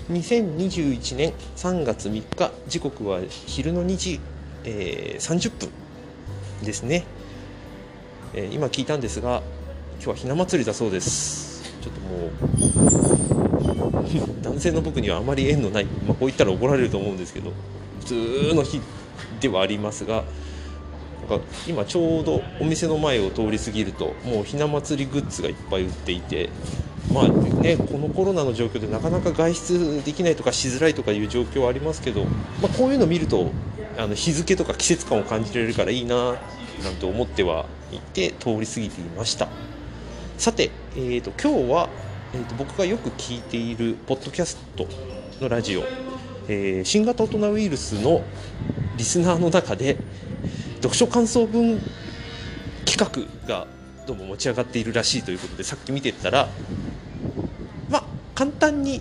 2021年3月3日、時刻は昼の2時、30分ですね。今聞いたんですが、今日はひな祭りだそうです。ちょっともう男性の僕にはあまり縁のない、こう言ったら怒られると思うんですけど、普通の日ではありますが、なんか今ちょうどお店の前を通り過ぎると、もうひな祭りグッズがいっぱい売っていて、このコロナの状況でなかなか外出できないとかしづらいとかいう状況はありますけど、こういうのを見ると日付とか季節感を感じられるからいいななんて思ってはいて通り過ぎていました。さて、今日は、僕がよく聞いているポッドキャストのラジオ、新型大人ウイルスのリスナーの中で読書感想文企画がどうも持ち上がっているらしいということで、さっき見てったら簡単に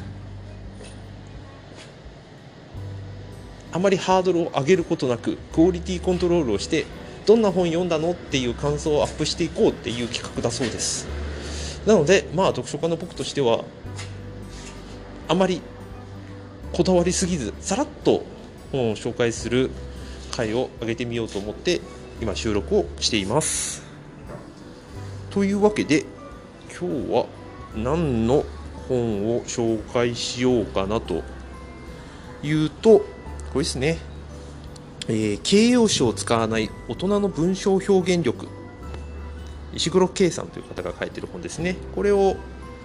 あまりハードルを上げることなくクオリティコントロールをして、どんな本読んだのっていう感想をアップしていこうっていう企画だそうです。なので読書家の僕としてはあまりこだわりすぎず、さらっと本を紹介する回を上げてみようと思って今収録をしています。というわけで今日は何の本を紹介しようかなというと、これですね、形容詞を使わない大人の文章表現力、石黒圭さんという方が書いている本ですね。これを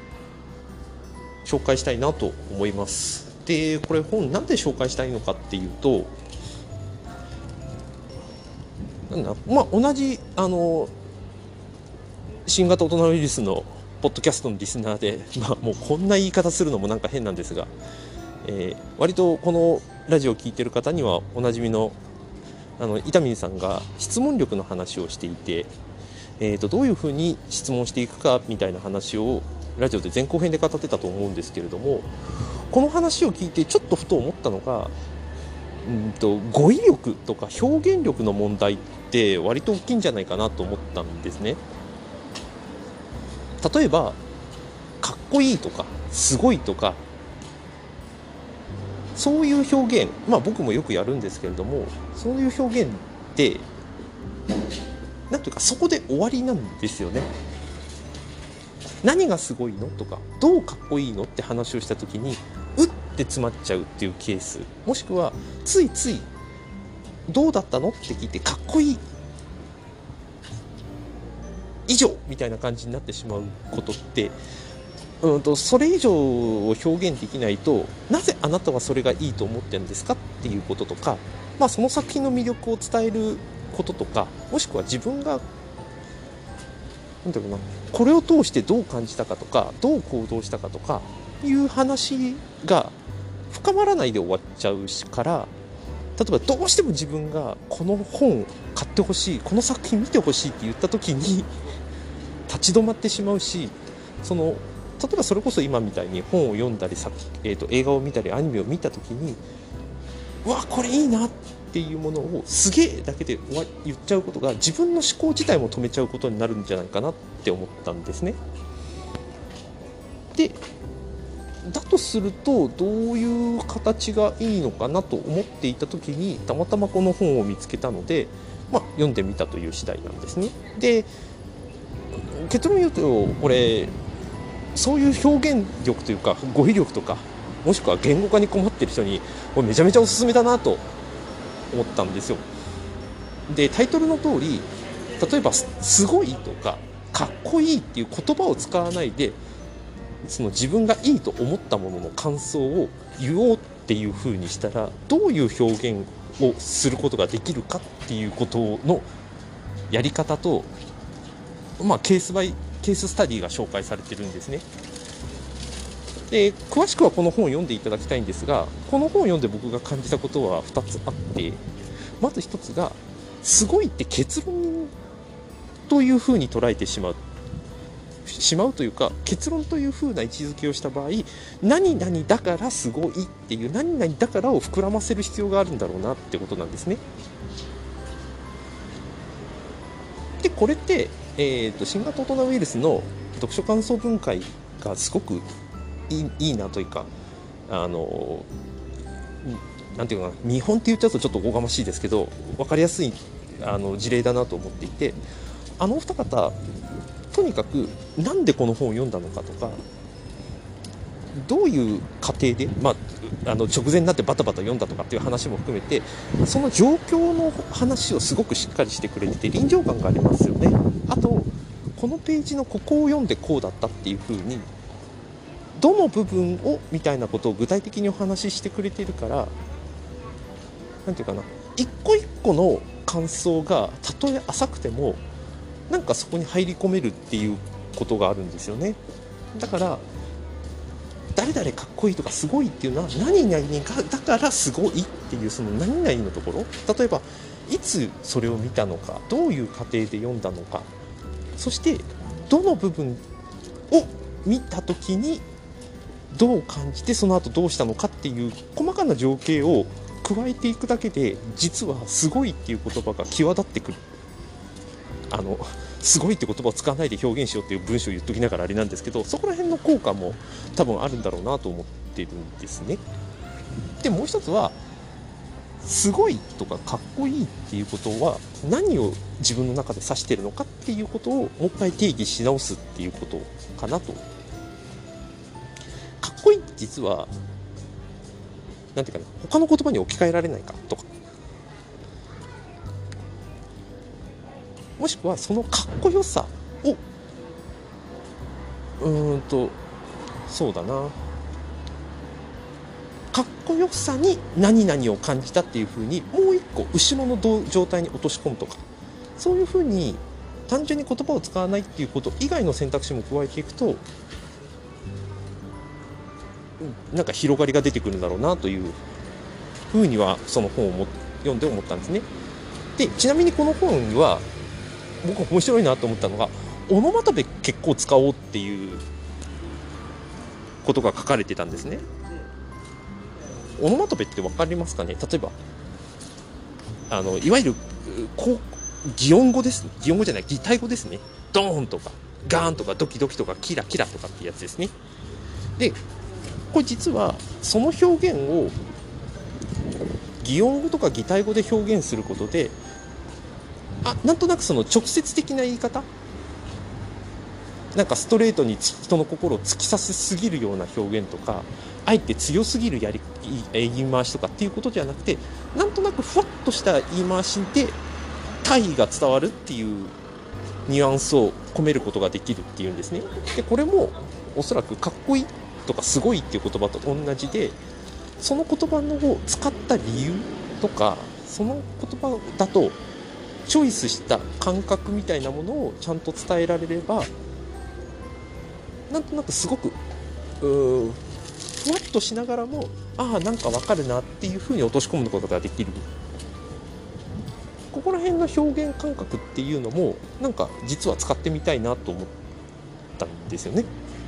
紹介したいなと思います。で、これ本なんで紹介したいのかっていうと、同じ新型大人ウイルスのポッドキャストのリスナーで、もうこんな言い方するのもなんか変なんですが、割とこのラジオを聞いてる方にはおなじみの伊丹さんが質問力の話をしていて、どういうふうに質問していくかみたいな話をラジオで前後編で語ってたと思うんですけれども、この話を聞いてちょっとふと思ったのが、語彙力とか表現力の問題って割と大きいんじゃないかなと思ったんですね。例えばかっこいいとかすごいとか、そういう表現、僕もよくやるんですけれども、そういう表現ってなんというかそこで終わりなんですよね。何がすごいのとかどうかっこいいのって話をした時にうって詰まっちゃうっていうケース、もしくはついついどうだったのって聞いてかっこいい以上みたいな感じになってしまうことって、それ以上を表現できないと、なぜあなたはそれがいいと思ってるんですかっていうこととか、その作品の魅力を伝えることとか、もしくは自分がこれを通してどう感じたかとか、どう行動したかとかいう話が深まらないで終わっちゃうから、例えばどうしても自分がこの本買ってほしい、この作品見てほしいって言った時に立ち止まってしまうし、例えばそれこそ今みたいに本を読んだり映画を見たりアニメを見た時に、うわこれいいなっていうものをすげえだけで言っちゃうことが、自分の思考自体も止めちゃうことになるんじゃないかなって思ったんですね。で、だとするとどういう形がいいのかなと思っていた時に、たまたまこの本を見つけたので、読んでみたという次第なんですね。で、結論言うと、これそういう表現力というか語彙力とか、もしくは言語化に困っている人にこれめちゃめちゃおすすめだなと思ったんですよ。で、タイトルの通り、例えばすごいとかかっこいいっていう言葉を使わないで、その自分がいいと思ったものの感想を言おうっていう風にしたら、どういう表現をすることができるかっていうことのやり方と、ケースバイケーススタディが紹介されてるんですね。で、詳しくはこの本を読んでいただきたいんですが、この本を読んで僕が感じたことは2つあって、まず1つが、すごいって結論というふうに捉えてしまうというか、結論というふうな位置づけをした場合、何々だからすごいっていう、何々だからを膨らませる必要があるんだろうなってことなんですね。で、これって新型大人ウイルスの読書感想文会がすごくいいなというか、 なんていうかな、見本って言っちゃうとちょっとおこがましいですけど、分かりやすい事例だなと思っていて、お二方とにかくなんでこの本を読んだのかとか、どういう過程で、直前になってバタバタ読んだとかっていう話も含めて、その状況の話をすごくしっかりしてくれてて臨場感がありますよね。あとこのページのここを読んでこうだったっていう風に、どの部分をみたいなことを具体的にお話ししてくれてるから、なんていうかな、一個一個の感想がたとえ浅くてもなんかそこに入り込めるっていうことがあるんですよね。だから誰々かっこいいとかすごいっていうのは何々がだからすごいっていう、その何々のところ、例えばいつそれを見たのか、どういう過程で読んだのか、そしてどの部分を見た時にどう感じてその後どうしたのかっていう細かな情景を加えていくだけで、実はすごいっていう言葉が際立ってくる。すごいって言葉を使わないで表現しようっていう文章を言っときながらあれなんですけど、そこら辺の効果も多分あるんだろうなと思ってるんですね。でもう一つは、すごいとかかっこいいっていうことは何を自分の中で指してるのかっていうことをもう一回定義し直すっていうことかなと。かっこいいって実はなんていうかな、他の言葉に置き換えられないかとか、もしくはそのかっこよさをそうだな、かっこよさに何々を感じたっていう風にもう一個後ろの状態に落とし込むとか、そういう風に単純に言葉を使わないっていうこと以外の選択肢も加えていくと、なんか広がりが出てくるんだろうなという風にはその本を読んで思ったんですね。でちなみにこの本は僕面白いなと思ったのが、オノマトペ結構使おうっていうことが書かれてたんですね。オノマトペって分かりますかね。例えばいわゆる擬音語ですね。擬音語じゃない、擬態語ですね。ドーンとかガーンとかドキドキとかキラキラとかってやつですね。でこれ実はその表現を擬音語とか擬態語で表現することで、なんとなくその直接的な言い方、なんかストレートに人の心を突き刺せすぎるような表現とか、あえて強すぎる言い回しとかっていうことじゃなくて、なんとなくふわっとした言い回しで大意が伝わるっていうニュアンスを込めることができるっていうんですね。でこれもおそらくかっこいいとかすごいっていう言葉と同じで、その言葉を使った理由とか、その言葉だとチョイスした感覚みたいなものをちゃんと伝えられれば、なんとなくすごくふわっとしながらも、なんかわかるなっていう風に落とし込むことができる。ここら辺の表現感覚っていうのもなんか実は使ってみたいなと思ったんですよね。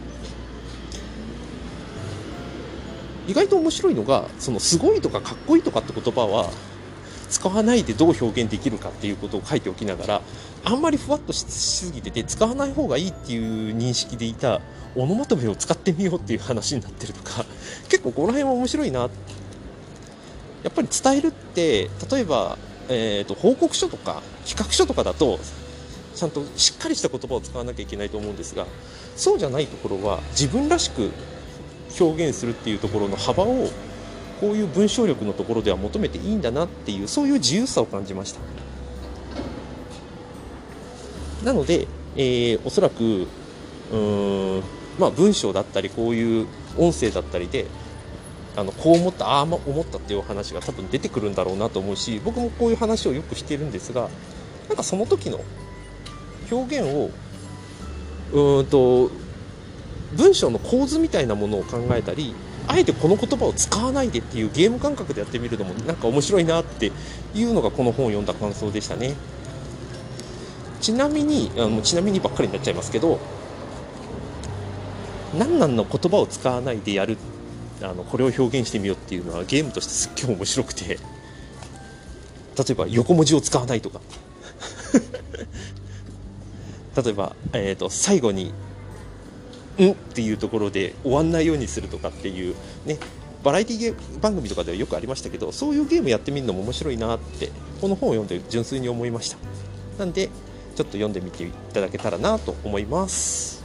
意外と面白いのが、そのすごいとかかっこいいとかって言葉は使わないでどう表現できるかっていうことを書いておきながら、あんまりふわっとしすぎてて使わない方がいいっていう認識でいたオノマトペを使ってみようっていう話になってるとか、結構この辺は面白いな。やっぱり伝えるって、例えば、報告書とか企画書とかだとちゃんとしっかりした言葉を使わなきゃいけないと思うんですが、そうじゃないところは自分らしく表現するっていうところの幅をこういう文章力のところでは求めていいんだなっていう、そういう自由さを感じました。なので、おそらく文章だったりこういう音声だったりでこう思った思ったっていう話が多分出てくるんだろうなと思うし、僕もこういう話をよくしてるんですが、なんかその時の表現を文章の構図みたいなものを考えたり、あえてこの言葉を使わないでっていうゲーム感覚でやってみるのもなんか面白いなっていうのがこの本を読んだ感想でしたね。ちなみにばっかりになっちゃいますけど、何々の言葉を使わないでやる、これを表現してみようっていうのはゲームとしてすっげえ面白くて、例えば横文字を使わないとか例えば、最後にっていうところで終わんないようにするとかっていうね、 バラエティゲーム番組とかではよくありましたけど、そういうゲームやってみるのも面白いなってこの本を読んで純粋に思いました。なんでちょっと読んでみていただけたらなと思います。